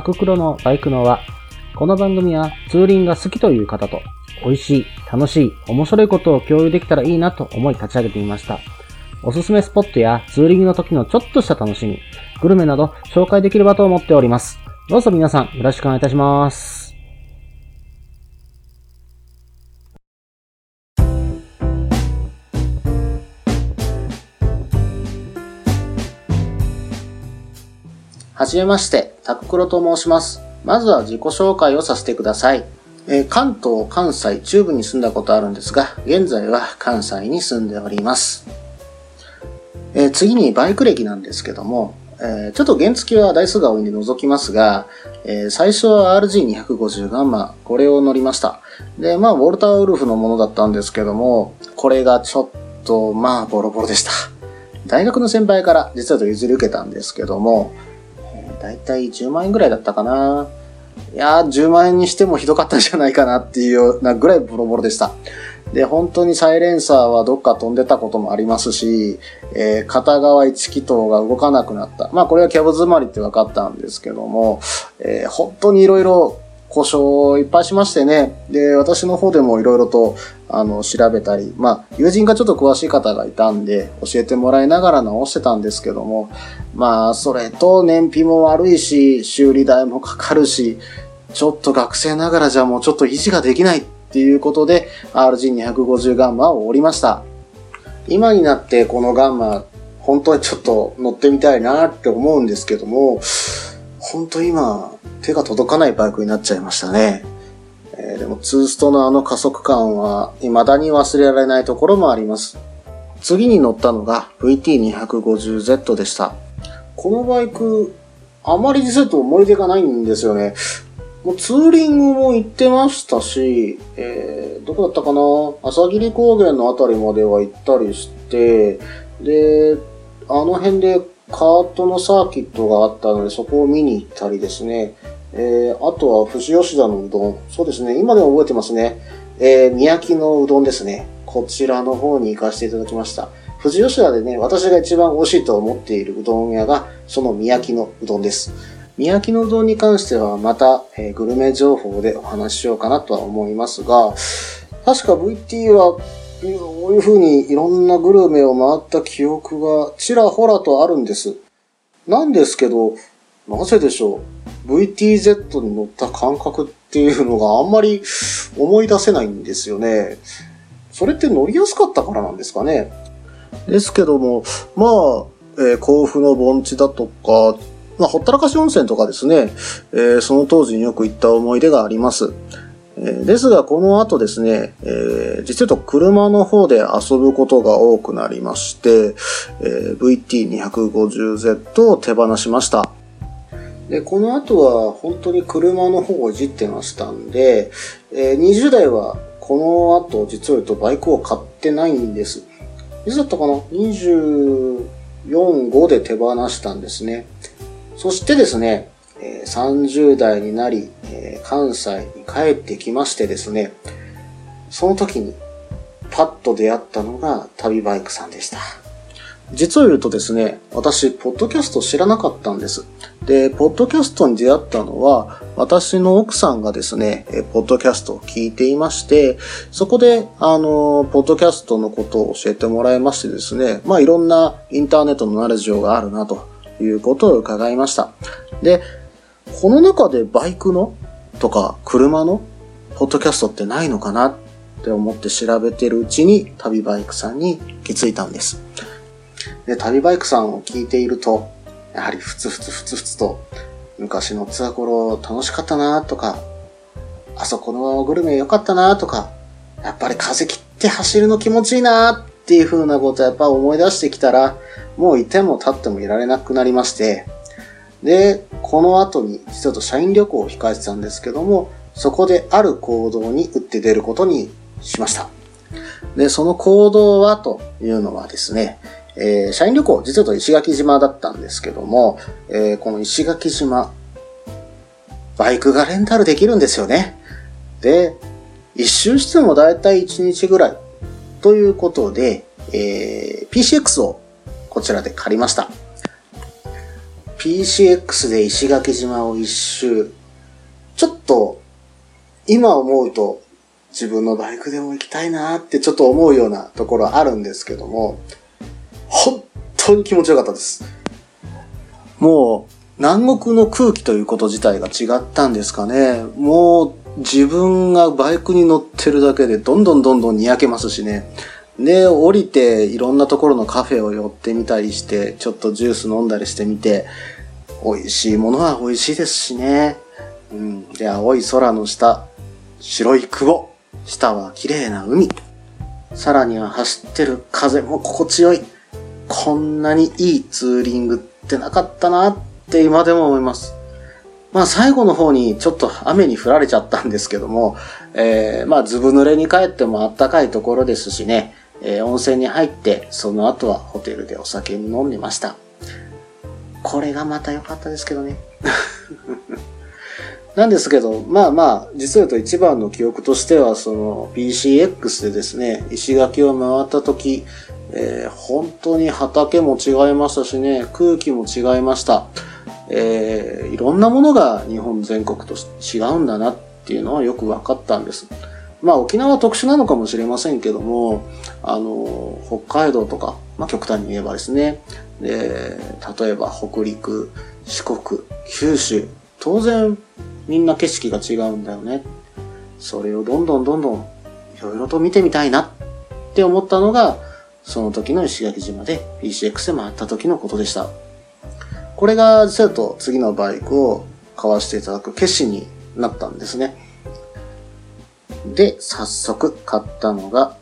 タククロのバイクの輪。この番組はツーリングが好きという方と美味しい、楽しい、面白いことを共有できたらいいなと思い立ち上げてみました。おすすめスポットやツーリングの時のちょっとした楽しみ、グルメなど紹介できればと思っております。どうぞ皆さんよろしくお願いいたします。はじめまして、タククロと申します。まずは自己紹介をさせてください。関東、関西、中部に住んだことあるんですが、現在は関西に住んでおります。次にバイク歴なんですけども、ちょっと原付は台数が多いんで除きますが、最初は RG250 ガンマ、これを乗りました。で、ウォルターウルフのものだったんですけども、これがちょっと、ボロボロでした。大学の先輩から実は譲り受けたんですけども、だいたい10万円ぐらいだったかな。いやー、10万円にしてもひどかったんじゃないかなっていうようなぐらいボロボロでした。で、本当にサイレンサーはどっか飛んでたこともありますし、片側1気筒が動かなくなった。これはキャブ詰まりって分かったんですけども、本当にいろいろ故障いっぱいしましてね。で、私の方でもいろいろと、調べたり、友人がちょっと詳しい方がいたんで、教えてもらいながら直してたんですけども、それと燃費も悪いし、修理代もかかるし、ちょっと学生ながらじゃもうちょっと維持ができないっていうことで、RG250 ガンマを降りました。今になってこのガンマ、本当にちょっと乗ってみたいなって思うんですけども、本当今、手が届かないバイクになっちゃいましたね。でもツーストの加速感は未だに忘れられないところもあります。次に乗ったのが VT250Z でした。このバイク、あまり実は思い出がないんですよね。もうツーリングも行ってましたし、どこだったかな、朝霧高原のあたりまでは行ったりして、で、あの辺でカートのサーキットがあったのでそこを見に行ったりですね。あとは富士吉田のうどん。そうですね。今でも覚えてますね。宮城のうどんですね。こちらの方に行かせていただきました。富士吉田でね、私が一番美味しいと思っているうどん屋が、その宮城のうどんです。宮城のうどんに関してはまた、グルメ情報でお話ししようかなとは思いますが、確か VT は、こういう風にいろんなグルメを回った記憶がちらほらとあるんです。なんですけど、なぜでしょう。VTZ に乗った感覚っていうのがあんまり思い出せないんですよね。それって乗りやすかったからなんですかね。ですけども、甲府の盆地だとか、ほったらかし温泉とかですね、その当時によく行った思い出があります。ですが、この後ですね、実は言うと車の方で遊ぶことが多くなりまして、VT250Z を手放しました。で、この後は本当に車の方をいじってましたんで、20代はこの後実を言うとバイクを買ってないんです。いつだったかな ?24、5で手放したんですね。そしてですね、30代になり、関西に帰ってきましてですね、その時にパッと出会ったのが旅バイクさんでした。実を言うとですね、私、ポッドキャスト知らなかったんです。で、ポッドキャストに出会ったのは、私の奥さんがですね、ポッドキャストを聞いていまして、そこで、ポッドキャストのことを教えてもらいましてですね、いろんなインターネットのナレッジがあるな、ということを伺いました。で、この中でバイクのとか車のポッドキャストってないのかなって思って調べてるうちに旅バイクさんに気づいたんです。で、旅バイクさんを聞いていると、やはりふつふつと昔のツアー頃楽しかったなとか、あそこのグルメ良かったなとか、やっぱり風切って走るの気持ちいいなっていう風なことをやっぱ思い出してきたら、もういても立ってもいられなくなりまして、で、この後に実は社員旅行を控えてたんですけども、そこである行動に打って出ることにしました。で、その行動はというのはですね、社員旅行、実は石垣島だったんですけども、この石垣島、バイクがレンタルできるんですよね。で、一周してもだいたい1日ぐらいということで、PCX をこちらで借りました。 PCX で石垣島を一周。ちょっと、今思うと自分のバイクでも行きたいなってちょっと思うようなところあるんですけども、本当に気持ちよかったです。もう、南国の空気ということ自体が違ったんですかね。もう、自分がバイクに乗ってるだけでどんどんにやけますしね。で、降りていろんなところのカフェを寄ってみたりして、ちょっとジュース飲んだりしてみて、美味しいものは美味しいですしね。で、青い空の下、白い雲、下は綺麗な海。さらには走ってる風も心地よい。こんなにいいツーリングってなかったなって今でも思います。最後の方にちょっと雨に降られちゃったんですけども、ずぶ濡れに帰ってもあったかいところですしね、温泉に入って、その後はホテルでお酒に飲んでました。これがまた良かったですけどね。なんですけど、実を言うと一番の記憶としては、その PCX でですね、石垣を回った時、本当に畑も違いましたしね、空気も違いました。いろんなものが日本全国と違うんだなっていうのはよく分かったんです。沖縄は特殊なのかもしれませんけども、北海道とか、極端に言えばですね、例えば北陸、四国、九州、当然みんな景色が違うんだよね。それをどんどんいろいろと見てみたいなって思ったのが、その時の石垣島で PCX で回った時のことでした。これが実はと次のバイクを買わせていただく決心になったんですね。で、早速買ったのが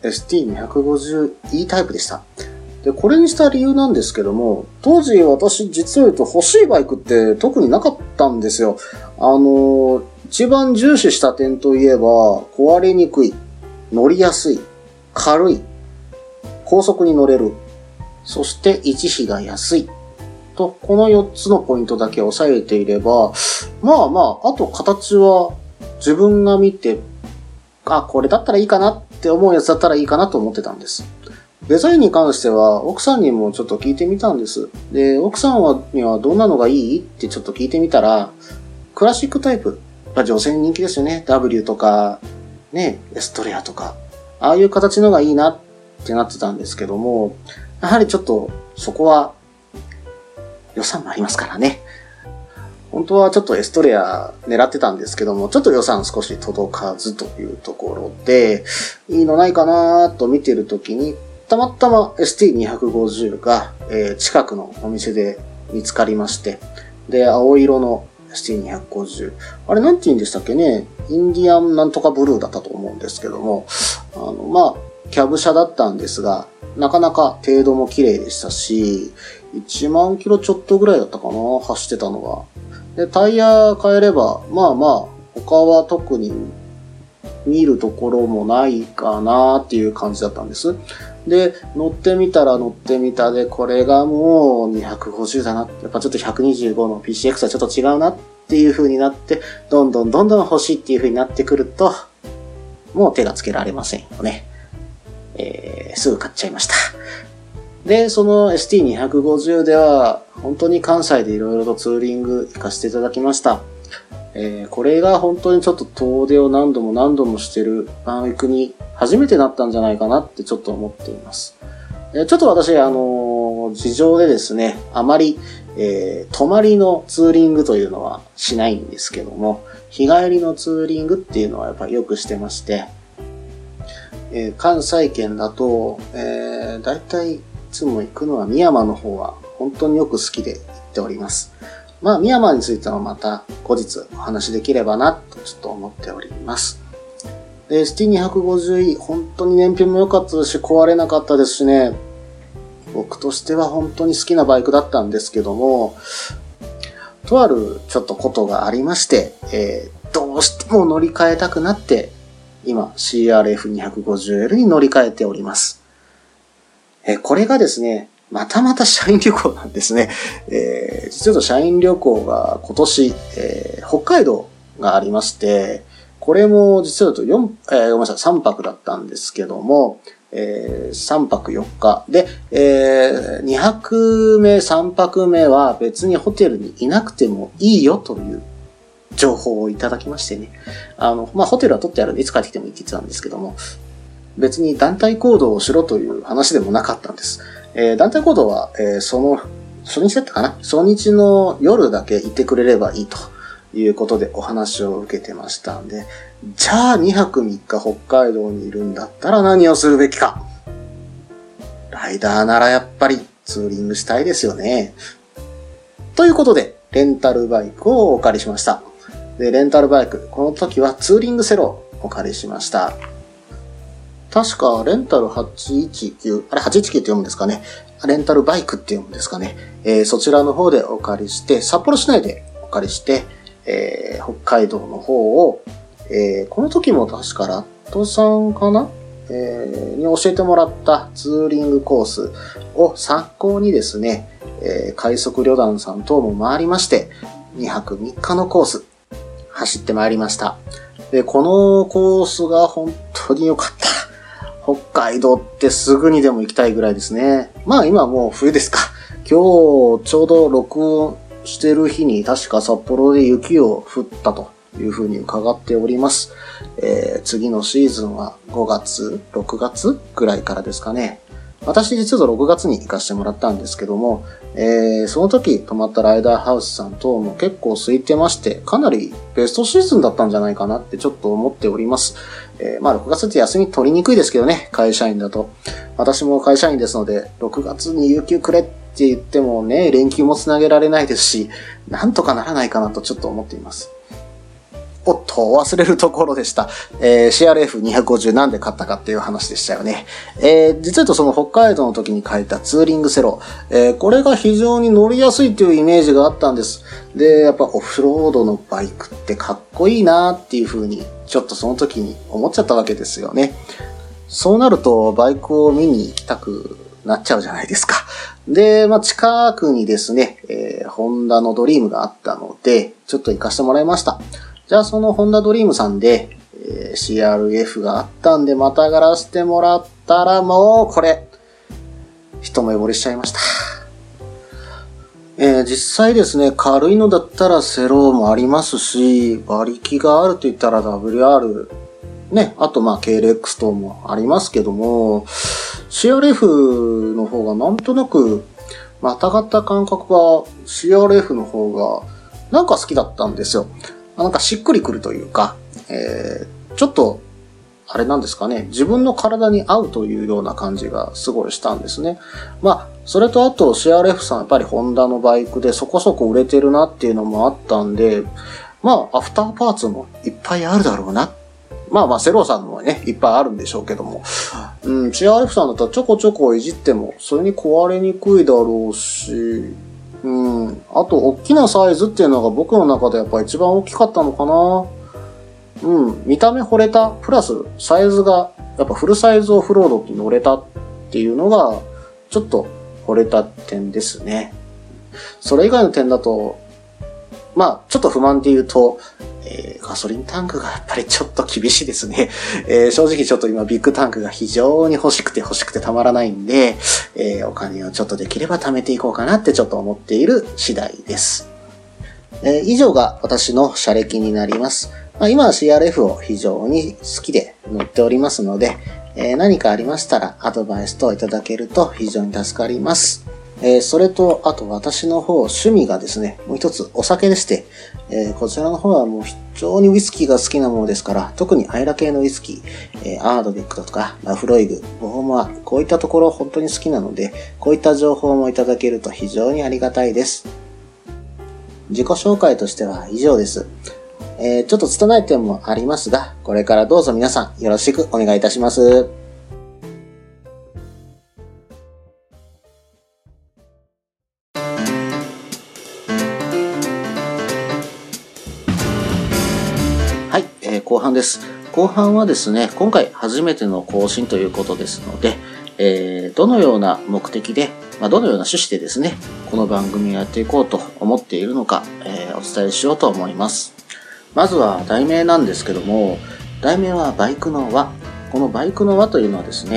ST250E タイプでした。で、これにした理由なんですけども、当時私実を言うと欲しいバイクって特になかったんですよ。一番重視した点といえば、壊れにくい、乗りやすい、軽い、高速に乗れる、そして維持費が安い。と、この4つのポイントだけ押さえていれば、あと形は自分が見て、これだったらいいかなって思うやつだったらいいかなと思ってたんです。デザインに関しては奥さんにもちょっと聞いてみたんです。で、奥さんにはどんなのがいいってちょっと聞いてみたら、クラシックタイプ。女性に人気ですよね。W とか、ね、エストレアとか。ああいう形のがいいなってなってたんですけども、やはりちょっとそこは予算もありますからね。本当はちょっとエストレア狙ってたんですけども、ちょっと予算少し届かずというところで、いいのないかなと見てるときに、たまたま ST250 が、近くのお店で見つかりまして、で、青色の ST250。あれなんて言うんでしたっけね、インディアンなんとかブルーだったと思うんですけども、キャブ車だったんですが、なかなか程度も綺麗でしたし、1万キロちょっとぐらいだったかな、走ってたのが。で、タイヤ変えれば、他は特に見るところもないかなっていう感じだったんです。で、乗ってみたで、これがもう250だな。やっぱちょっと125の PCX はちょっと違うなっていう風になって、どんどん欲しいっていう風になってくると、もう手がつけられませんよね。すぐ買っちゃいました。で、その ST250 では、本当に関西でいろいろとツーリング行かせていただきました。これが本当にちょっと遠出を何度もしてるバイクに初めてなったんじゃないかなってちょっと思っています。ちょっと私、事情でですね、あまり、泊まりのツーリングというのはしないんですけども、日帰りのツーリングっていうのはやっぱりよくしてまして、関西圏だと、だいたいいつも行くのは深山の方は本当によく好きで行っております。深山についてはまた後日お話できればなとちょっと思っております。で、ST250E 本当に燃費も良かったですし壊れなかったですしね、僕としては本当に好きなバイクだったんですけども、とあるちょっとことがありまして、どうしても乗り換えたくなって今 CRF250L に乗り換えております。これがですね、また社員旅行なんですね。実は社員旅行が今年、北海道がありまして、これも実は言うと3泊だったんですけども、 3泊4日。で、2泊目、3泊目は別にホテルにいなくてもいいよという情報をいただきましてね。ホテルは取ってあるんでいつ帰ってきてもいいって言ってたんですけども、別に団体行動をしろという話でもなかったんです。団体行動は、その初日だったかな？初日の夜だけ行ってくれればいいということでお話を受けてましたんで、じゃあ2泊3日北海道にいるんだったら何をするべきか。ライダーならやっぱりツーリングしたいですよね。ということで、レンタルバイクをお借りしました。で、レンタルバイク、この時はツーリングセロをお借りしました。確か、レンタル819、あれ819って読むんですかね。レンタルバイクって読むんですかね。そちらの方でお借りして、札幌市内でお借りして、北海道の方を、この時も確かラットさんかな、に教えてもらったツーリングコースを参考にですね、快速旅団さん等も回りまして、2泊3日のコース、走ってまいりました。で、このコースが本当に良かった。北海道ってすぐにでも行きたいぐらいですね。まあ今はもう冬ですか。今日ちょうど録音してる日に確か札幌で雪を降ったというふうに伺っております。次のシーズンは5月、6月ぐらいからですかね。私実は6月に行かせてもらったんですけども、その時泊まったライダーハウスさん等も結構空いてまして、かなりベストシーズンだったんじゃないかなってちょっと思っております。6月って休み取りにくいですけどね、会社員だと。私も会社員ですので、6月に有給くれって言ってもね、連休もつなげられないですし、なんとかならないかなとちょっと思っています。おっと、忘れるところでした。CRF250 なんで買ったかっていう話でしたよね。実は言うとその北海道の時に買えたツーリングセロ。これが非常に乗りやすいというイメージがあったんです。で、やっぱオフロードのバイクってかっこいいなっていう風に、ちょっとその時に思っちゃったわけですよね。そうなると、バイクを見に行きたくなっちゃうじゃないですか。で、近くにですね、ホンダのドリームがあったので、ちょっと行かせてもらいました。じゃあそのホンダドリームさんで、CRF があったんでまたがらせてもらったらもうこれ、一目惚れしちゃいました。実際ですね、軽いのだったらセロもありますし、馬力があると言ったら WR、ね、あとKLX 等もありますけども、CRF の方がなんとなく、またがった感覚が CRF の方がなんか好きだったんですよ。なんかしっくりくるというか、ちょっと、あれなんですかね、自分の体に合うというような感じがすごいしたんですね。それとあと CRF さんやっぱりホンダのバイクでそこそこ売れてるなっていうのもあったんで、アフターパーツもいっぱいあるだろうな。セロさんのはね、いっぱいあるんでしょうけども、CRF さんだったらちょこちょこいじっても、それに壊れにくいだろうし、あと、大きなサイズっていうのが僕の中でやっぱ一番大きかったのかな。見た目惚れた、プラスサイズが、やっぱフルサイズオフロードに乗れたっていうのが、ちょっと惚れた点ですね。それ以外の点だと、ちょっと不満って言うと、ガソリンタンクがやっぱりちょっと厳しいですね。正直ちょっと今ビッグタンクが非常に欲しくてたまらないんで、お金をちょっとできれば貯めていこうかなってちょっと思っている次第です。以上が私の車歴になります。今は CRF を非常に好きで乗っておりますので、何かありましたらアドバイス等いただけると非常に助かります。それと、あと私の方、趣味がですね、もう一つお酒でして、こちらの方はもう非常にウイスキーが好きなものですから、特にアイラ系のウイスキー、アードベックだとか、ラフロイグ、ボーモア、こういったところ本当に好きなので、こういった情報もいただけると非常にありがたいです。自己紹介としては以上です。ちょっと拙い点もありますが、これからどうぞ皆さんよろしくお願いいたします。はい、後半です。後半はですね、今回初めての更新ということですので、どのような目的で、どのような趣旨でですね、この番組をやっていこうと思っているのか、お伝えしようと思います。まずは題名なんですけども、題名はバイクの輪。このバイクの輪というのはですね、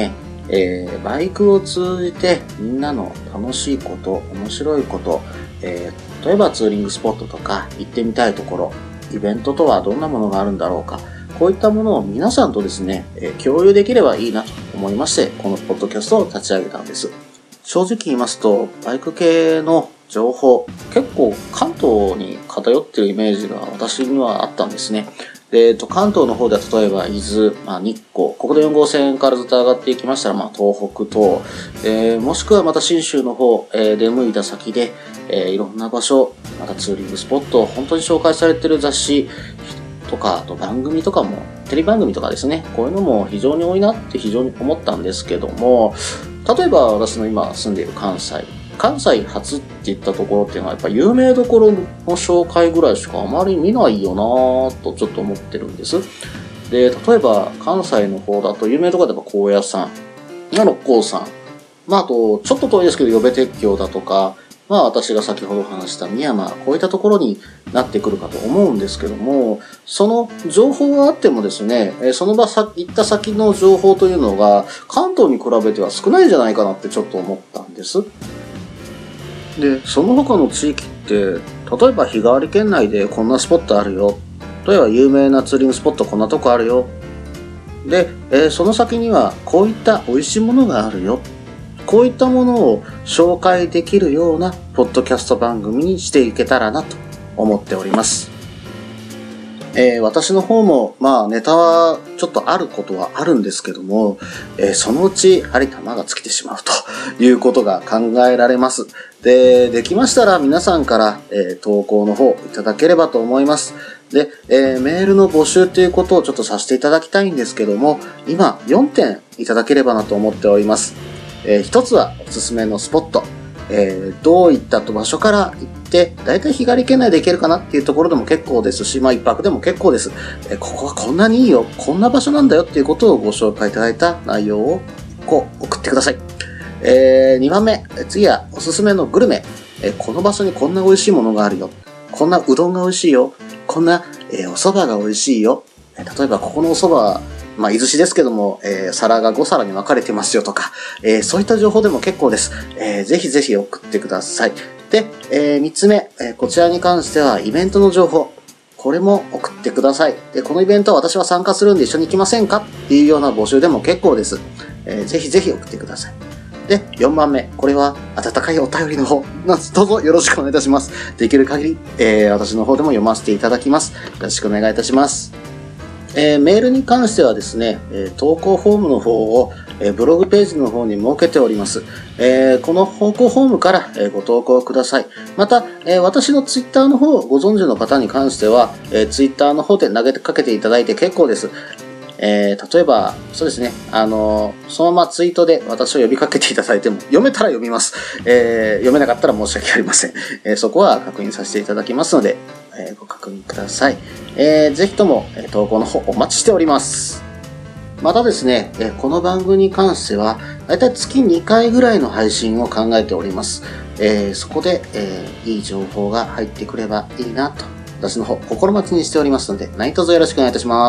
バイクを通じてみんなの楽しいこと、面白いこと、例えばツーリングスポットとか行ってみたいところ、イベントとはどんなものがあるんだろうか、こういったものを皆さんとですね、共有できればいいなと思いまして、このポッドキャストを立ち上げたんです。正直言いますと、バイク系の情報、結構関東に偏っているイメージが私にはあったんですね。で、関東の方では例えば伊豆、日光、国道4号線からずっと上がっていきましたら、東北と、もしくはまた信州の方、出向いた先で、いろんな場所、またツーリングスポット、本当に紹介されている雑誌とか、あと番組とかも、テレビ番組とかですね、こういうのも非常に多いなって非常に思ったんですけども、例えば私の今住んでいる関西初っていったところっていうのはやっぱ有名どころの紹介ぐらいしかあまり見ないよなぁとちょっと思ってるんです。で、例えば関西の方だと有名どころでやっぱ高野山、六甲山、あとちょっと遠いですけど予備鉄橋だとか、私が先ほど話した深山、こういったところになってくるかと思うんですけども、その情報があってもですね、その場行った先の情報というのが関東に比べては少ないんじゃないかなってちょっと思ったんです。で、その他の地域って、例えば日替わり県内でこんなスポットあるよ。例えば有名なツーリングスポットこんなとこあるよ。で、その先にはこういった美味しいものがあるよ。こういったものを紹介できるようなポッドキャスト番組にしていけたらなと思っております。私の方もネタはちょっとあることはあるんですけども、そのうちやはり弾が尽きてしまうということが考えられます。できましたら皆さんから、投稿の方いただければと思います。で、メールの募集ということをちょっとさせていただきたいんですけども、今4点いただければなと思っております。一つはおすすめのスポット。どういった場所から行って、だいたい日帰り圏内で行けるかなっていうところでも結構ですし、一泊でも結構です。ここはこんなにいいよ、こんな場所なんだよっていうことをご紹介いただいた内容を送ってください。2番目、次はおすすめのグルメ。この場所にこんな美味しいものがあるよ。こんなうどんが美味しいよ。こんな、お蕎麦が美味しいよ。例えばここのお蕎麦は、伊豆市ですけども、皿が5皿に分かれてますよとか、そういった情報でも結構です。ぜひぜひ送ってください。で、3つ目、こちらに関してはイベントの情報。これも送ってください。で、このイベントは私は参加するんで一緒に行きませんかっていうような募集でも結構です。ぜひぜひ送ってください。で、4番目。これは温かいお便りの方、どうぞよろしくお願いいたします。できる限り、私の方でも読ませていただきます。よろしくお願いいたします。メールに関してはですね、投稿フォームの方を、ブログページの方に設けております。この投稿フォームから、ご投稿ください。また、私のツイッターの方をご存知の方に関しては、ツイッターの方で投げかけていただいて結構です。例えば、そうですね、そのままツイートで私を呼びかけていただいても、読めたら読みます。読めなかったら申し訳ありません。そこは確認させていただきますので、ご確認ください。ぜひとも、投稿の方お待ちしております。またですね、この番組に関しては、だいたい月2回ぐらいの配信を考えております。そこで、いい情報が入ってくればいいなと、私の方心待ちにしておりますので、何卒よろしくお願いいたします。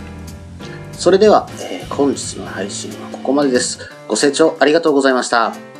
それでは、本日の配信はここまでです。ご清聴ありがとうございました。